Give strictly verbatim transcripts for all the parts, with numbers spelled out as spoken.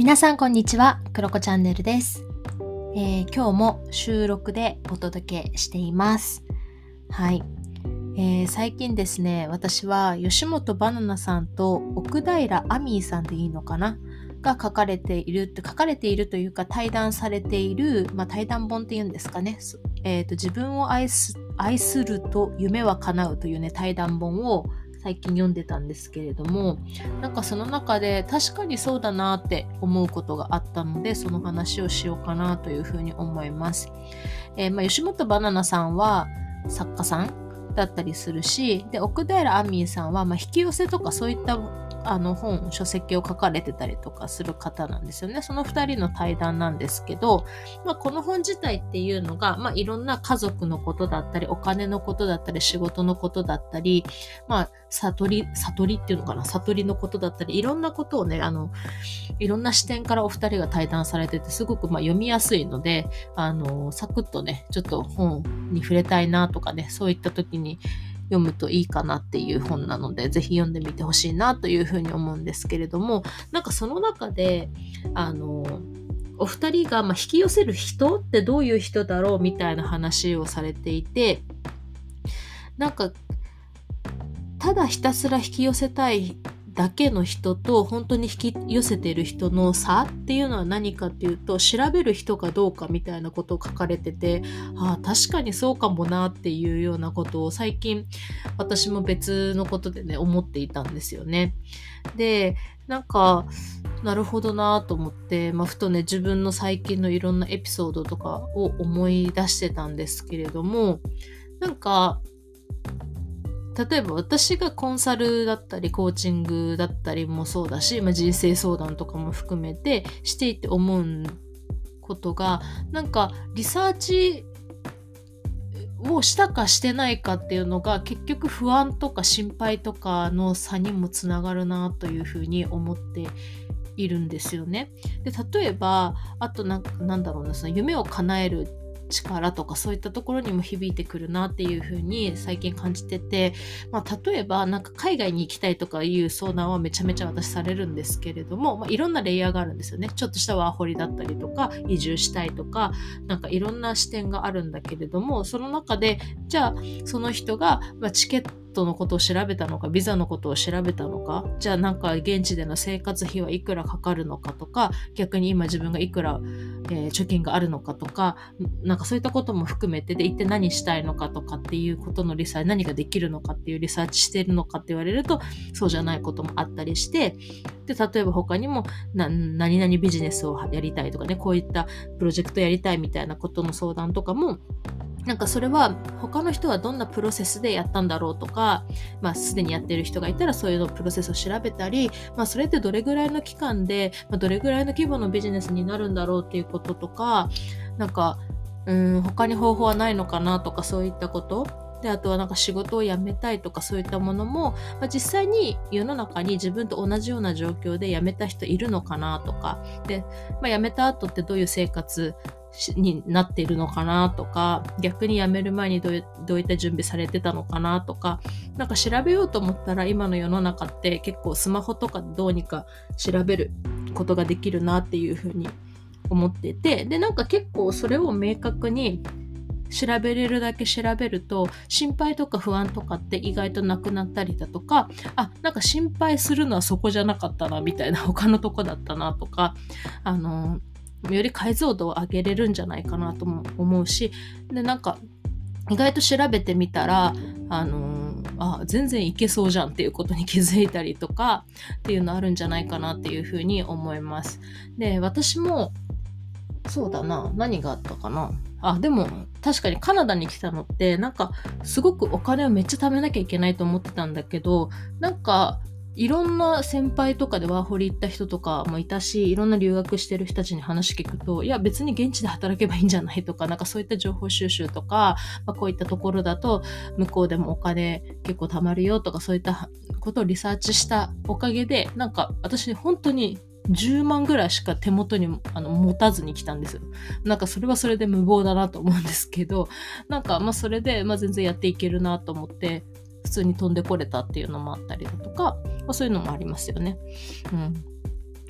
皆さんこんにちは、クロコチャンネルです、えー、今日も収録でお届けしています。はい、えー、最近ですね、私は吉本ばななさんと奥平アミーさんでいいのかなが書かれているって書かれているというか対談されている、まあ、対談本っていうんですかね、えーと、自分を愛す、愛すると夢は叶うというね対談本を最近読んでたんですけれども、なんかその中で確かにそうだなって思うことがあったので、その話をしようかなというふうに思います。えーまあ、吉本ばななさんは作家さんだったりするし、で奥平アミーさんはまあ引き寄せとかそういったあの本書籍を書かれてたりとかする方なんですよね。そのふたりの対談なんですけど、まあ、この本自体っていうのが、まあ、いろんな家族のことだったりお金のことだったり仕事のことだったり、まあ、悟り悟りっていうのかな悟りのことだったりいろんなことをねあのいろんな視点からお二人が対談されててすごくまあ読みやすいので、あのサクッとねちょっと本に触れたいなとかね、そういった時に読むといいかなっていう本なので、ぜひ読んでみてほしいなというふうに思うんですけれども、なんかその中であのお二人がまあ引き寄せる人ってどういう人だろうみたいな話をされていて、なんかただひたすら引き寄せたいだけの人と本当に引き寄せている人の差っていうのは何かっていうと、調べる人かどうかみたいなことを書かれてて、ああ確かにそうかもなっていうようなことを最近私も別のことでね思っていたんですよね。でなんかなるほどなと思って、まあ、ふとね自分の最近のいろんなエピソードとかを思い出してたんですけれども、なんか例えば私がコンサルだったりコーチングだったりもそうだし、まあ、人生相談とかも含めてしていて思うことが、なんかリサーチをしたかしてないかっていうのが結局不安とか心配とかの差にもつながるなというふうに思っているんですよね。で例えばあとなんかなんだろうな、その夢を叶える力とかそういったところにも響いてくるなっていう風に最近感じてて、まあ、例えばなんか海外に行きたいとかいう相談はめちゃめちゃ私されるんですけれども、まあ、いろんなレイヤーがあるんですよね。ちょっとしたワーホリだったりとか移住したいとか、なんかいろんな視点があるんだけれども、その中でじゃあその人が、まあ、チケットのことを調べたのかビザのことを調べたのか、じゃあなんか現地での生活費はいくらかかるのかとか、逆に今自分がいくら、えー、貯金があるのかとか、なんかそういったことも含めてで一体何したいのかとかっていうことのリサーチ、何ができるのかっていうリサーチしているのかって言われるとそうじゃないこともあったりして、で例えば他にもな何々ビジネスをやりたいとかね、こういったプロジェクトやりたいみたいなことの相談とかも、なんかそれは他の人はどんなプロセスでやったんだろうとか、まあすでにやってる人がいたらそういうのプロセスを調べたり、まあそれってどれぐらいの期間で、まあ、どれぐらいの規模のビジネスになるんだろうっていうこととか、なんかうーん他に方法はないのかなとか、そういったことで、あとはなんか仕事を辞めたいとかそういったものも、まあ、実際に世の中に自分と同じような状況で辞めた人いるのかなとかで、まあ、辞めた後ってどういう生活になっているのかなとか、逆に辞める前にどうい、どういった準備されてたのかなとか、なんか調べようと思ったら今の世の中って結構スマホとかでどうにか調べることができるなっていうふうに思っていて、でなんか結構それを明確に調べれるだけ調べると心配とか不安とかって意外となくなったりだとか、あ、なんか心配するのはそこじゃなかったなみたいな、他のとこだったなとか、あのより解像度を上げれるんじゃないかなとも思うし、でなんか意外と調べてみたらあのー、あ全然いけそうじゃんっていうことに気づいたりとかっていうのあるんじゃないかなっていうふうに思います。で私もそうだな、何があったかなあ、でも確かにカナダに来たのってなんかすごくお金をめっちゃ貯めなきゃいけないと思ってたんだけど、なんかいろんな先輩とかでワーホリ行った人とかもいたし、いろんな留学してる人たちに話聞くと、いや別に現地で働けばいいんじゃないとか、なんかそういった情報収集とか、まあ、こういったところだと向こうでもお金結構貯まるよとか、そういったことをリサーチしたおかげで、なんか私本当にじゅうまんぐらいしか手元にあの持たずに来たんですよ。なんかそれはそれで無謀だなと思うんですけど、なんかまあそれでまあ全然やっていけるなと思って普通に飛んでこれたっていうのもあったりだとか、まあ、そういうのもありますよね。うん。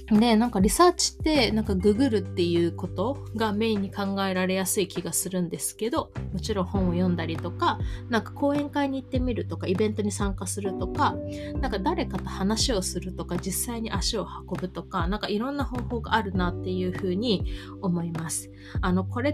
で、なんかリサーチってなんかググるっていうことがメインに考えられやすい気がするんですけど、もちろん本を読んだりとか、なんか講演会に行ってみるとか、イベントに参加するとか、なんか誰かと話をするとか、実際に足を運ぶとか、なんかいろんな方法があるなっていうふうに思います。あの、これって、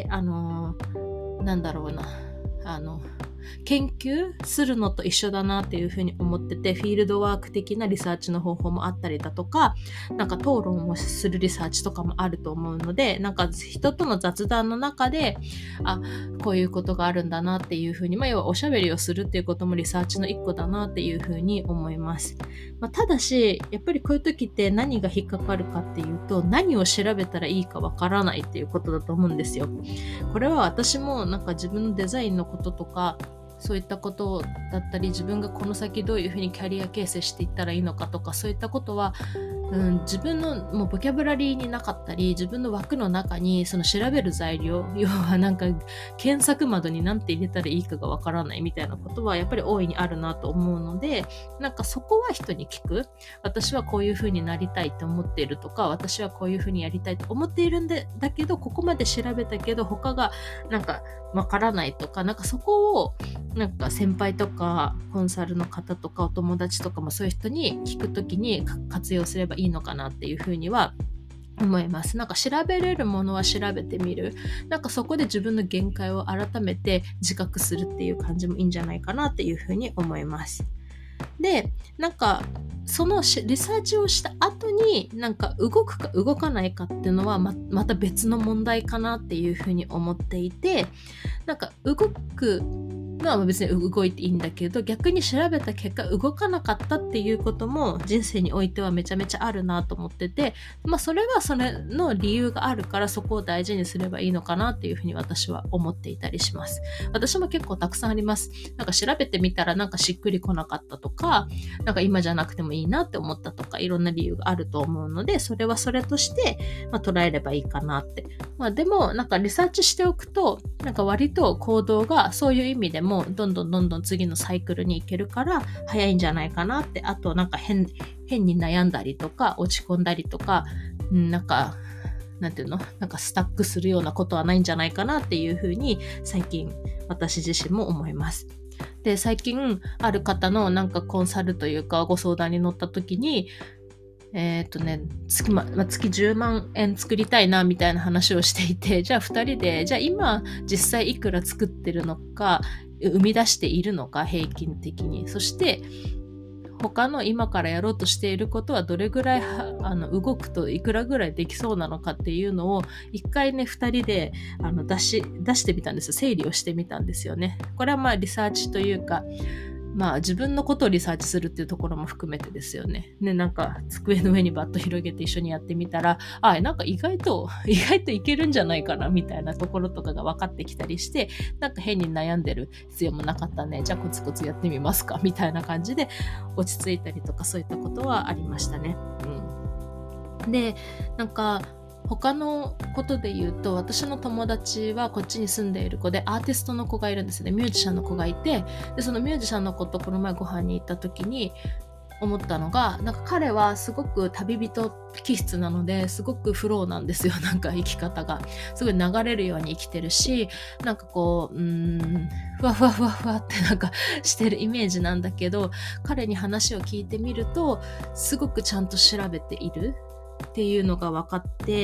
あの、なんだろうな、あの、研究するのと一緒だなっていうふうに思ってて、フィールドワーク的なリサーチの方法もあったりだとか、なんか討論をするリサーチとかもあると思うので、なんか人との雑談の中で、あ、こういうことがあるんだなっていうふうに、まあ要はおしゃべりをするっていうこともリサーチの一個だなっていうふうに思います。まあ、ただし、やっぱりこういう時って何が引っかかるかっていうと、何を調べたらいいかわからないっていうことだと思うんですよ。これは私もなんか自分のデザインのこととか、そういったことだったり、自分がこの先どういうふうにキャリア形成していったらいいのかとか、そういったことは、うん、自分のもうボキャブラリーになかったり、自分の枠の中にその調べる材料、要はなんか検索窓に何て入れたらいいかがわからないみたいなことはやっぱり大いにあるなと思うので、なんかそこは人に聞く。私はこういうふうになりたいと思っているとか、私はこういうふうにやりたいと思っているんで、だけどここまで調べたけど他がなんかわからないとか、なんかそこをなんか先輩とかコンサルの方とかお友達とかもそういう人に聞くときに活用すればいいのかなっていうふうには思います。なんか調べれるものは調べてみる。なんかそこで自分の限界を改めて自覚するっていう感じもいいんじゃないかなっていうふうに思います。で、なんかそのリサーチをした後になんか動くか動かないかっていうのは ま, また別の問題かなっていうふうに思っていて、なんか動くのは別に動いていいんだけど、逆に調べた結果動かなかったっていうことも人生においてはめちゃめちゃあるなと思ってて、まあそれはそれの理由があるからそこを大事にすればいいのかなっていうふうに私は思っていたりします。私も結構たくさんあります。なんか調べてみたらなんかしっくりこなかったとか、なんか今じゃなくてもいいなって思ったとか、いろんな理由があると思うので、それはそれとして、まあ、捉えればいいかなって。まあでもなんかリサーチしておくと、なんか割と行動がそういう意味でもどんどんどんどん次のサイクルに行けるから早いんじゃないかなって。あとなんか変変に悩んだりとか落ち込んだりとか、なんかなんていうのなんかスタックするようなことはないんじゃないかなっていうふうに最近私自身も思います。で、最近ある方のなんかコンサルというかご相談に乗った時に、えっとね、月、ま、月じゅうまんえん作りたいなみたいな話をしていて、じゃあふたりで、じゃあ今実際いくら作ってるのか、生み出しているのか、平均的に。そして他の今からやろうとしていることはどれぐらいあの動くといくらぐらいできそうなのかっていうのを一回ねふたりであの出し出してみたんですよ。整理をしてみたんですよね。これはまあリサーチというか、まあ自分のことをリサーチするっていうところも含めてですよね。ね、なんか机の上にバッと広げて一緒にやってみたら、あ、なんか意外と意外といけるんじゃないかなみたいなところとかが分かってきたりして、なんか変に悩んでる必要もなかったね。じゃあコツコツやってみますかみたいな感じで落ち着いたりとか、そういったことはありましたね。うん。で、なんか他のことで言うと、私の友達はこっちに住んでいる子でアーティストの子がいるんですね。ミュージシャンの子がいて、でそのミュージシャンの子とこの前ご飯に行った時に思ったのが、なんか彼はすごく旅人気質なので、すごくフローなんですよ。なんか生き方がすごい流れるように生きてるし、なんかこううーんふわふわふわふわってなんかしてるイメージなんだけど、彼に話を聞いてみるとすごくちゃんと調べているっていうのが分かって、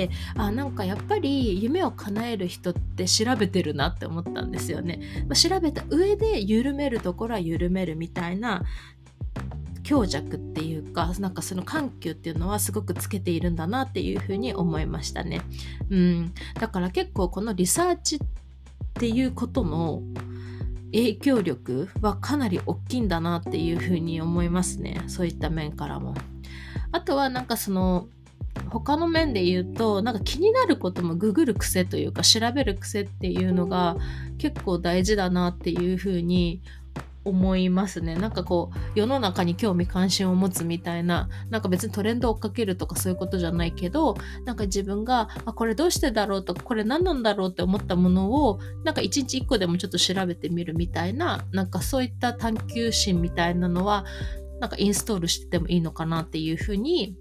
あ、なんかやっぱり夢を叶える人って調べてるなって思ったんですよね。まあ、調べた上で緩めるところは緩めるみたいな強弱っていうか、なんかその緩急っていうのはすごくつけているんだなっていうふうに思いましたね。うん、だから結構このリサーチっていうことの影響力はかなり大きいんだなっていうふうに思いますね。そういった面からも。あとはなんかその他の面で言うと、なんか気になることもググる癖というか調べる癖っていうのが結構大事だなっていうふうに思いますね。なんかこう世の中に興味関心を持つみたいな、なんか別にトレンドを追っかけるとかそういうことじゃないけど、なんか自分があこれどうしてだろうとかこれ何なんだろうって思ったものをなんか一日一個でもちょっと調べてみるみたいな、なんかそういった探求心みたいなのはなんかインストールしててもいいのかなっていうふうに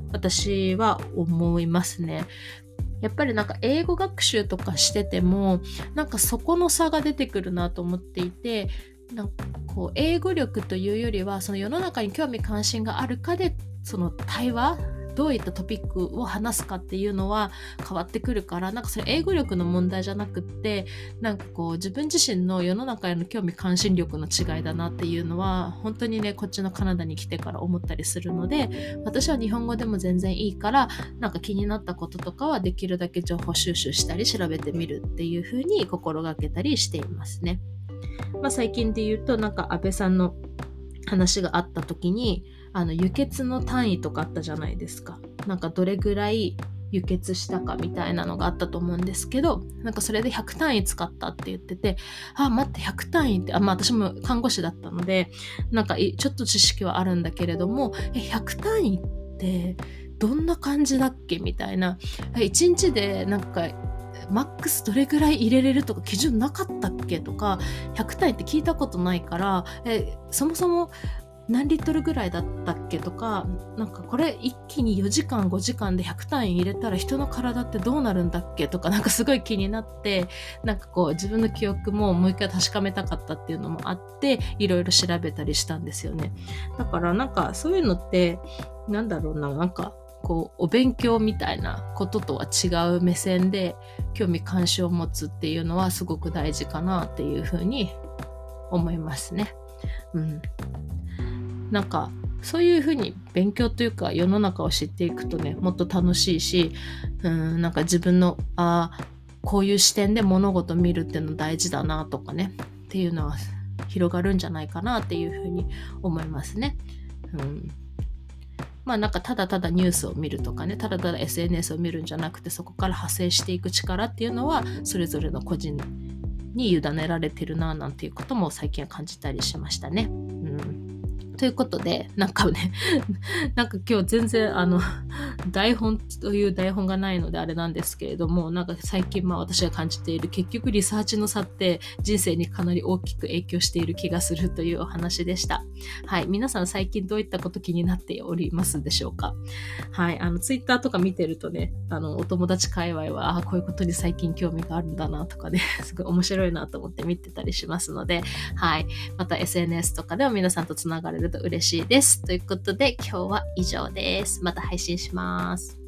私は思いますね。やっぱりなんか英語学習とかしててもなんかそこの差が出てくるなと思っていて、なんかこう英語力というよりはその世の中に興味関心があるかでその対話どういったトピックを話すかっていうのは変わってくるから、なんかそれ英語力の問題じゃなくって、なんかこう自分自身の世の中への興味関心力の違いだなっていうのは本当にねこっちのカナダに来てから思ったりするので、私は日本語でも全然いいからなんか気になったこととかはできるだけ情報収集したり調べてみるっていう風に心がけたりしていますね。まあ、最近で言うとなんか安倍さんの話があった時にあの輸血の単位とかあったじゃないですか。なんかどれぐらい輸血したかみたいなのがあったと思うんですけど、なんかそれでひゃく単位使ったって言ってて、あ待ってひゃく単位って、あまあ私も看護師だったのでなんかちょっと知識はあるんだけれども、えひゃく単位ってどんな感じだっけみたいな、いちにちでなんかマックスどれぐらい入れれるとか基準なかったっけとか、ひゃく単位って聞いたことないから、えそもそも何リットルぐらいだったっけとか、なんかこれ一気によじかんごじかんでひゃく単位入れたら人の体ってどうなるんだっけとか、なんかすごい気になって、なんかこう自分の記憶ももう一回確かめたかったっていうのもあっていろいろ調べたりしたんですよね。だからなんかそういうのってなんだろうな、なんかこうお勉強みたいなこととは違う目線で興味関心を持つっていうのはすごく大事かなっていうふうに思いますね。うん。なんかそういうふうに勉強というか世の中を知っていくとねもっと楽しいし、うんなんか自分のあこういう視点で物事見るっていうの大事だなとかねっていうのは広がるんじゃないかなっていうふうに思いますね。うんまあなんかただただニュースを見るとかね、ただただ エスエヌエス を見るんじゃなくてそこから派生していく力っていうのはそれぞれの個人に委ねられてるななんていうことも最近は感じたりしましたね。うんということで、なんかね、なんか今日全然あの、台本という台本がないのであれなんですけれども、なんか最近まあ私が感じている結局リサーチの差って人生にかなり大きく影響している気がするというお話でした。はい。皆さん最近どういったこと気になっておりますでしょうか？はい。あの、ツイッターとか見てるとね、あの、お友達界隈は、あこういうことに最近興味があるんだなとかね、すごい面白いなと思って見てたりしますので、はい。また エスエヌエス とかでも皆さんとつながれると嬉しいです。ということで今日は以上です。また配信します。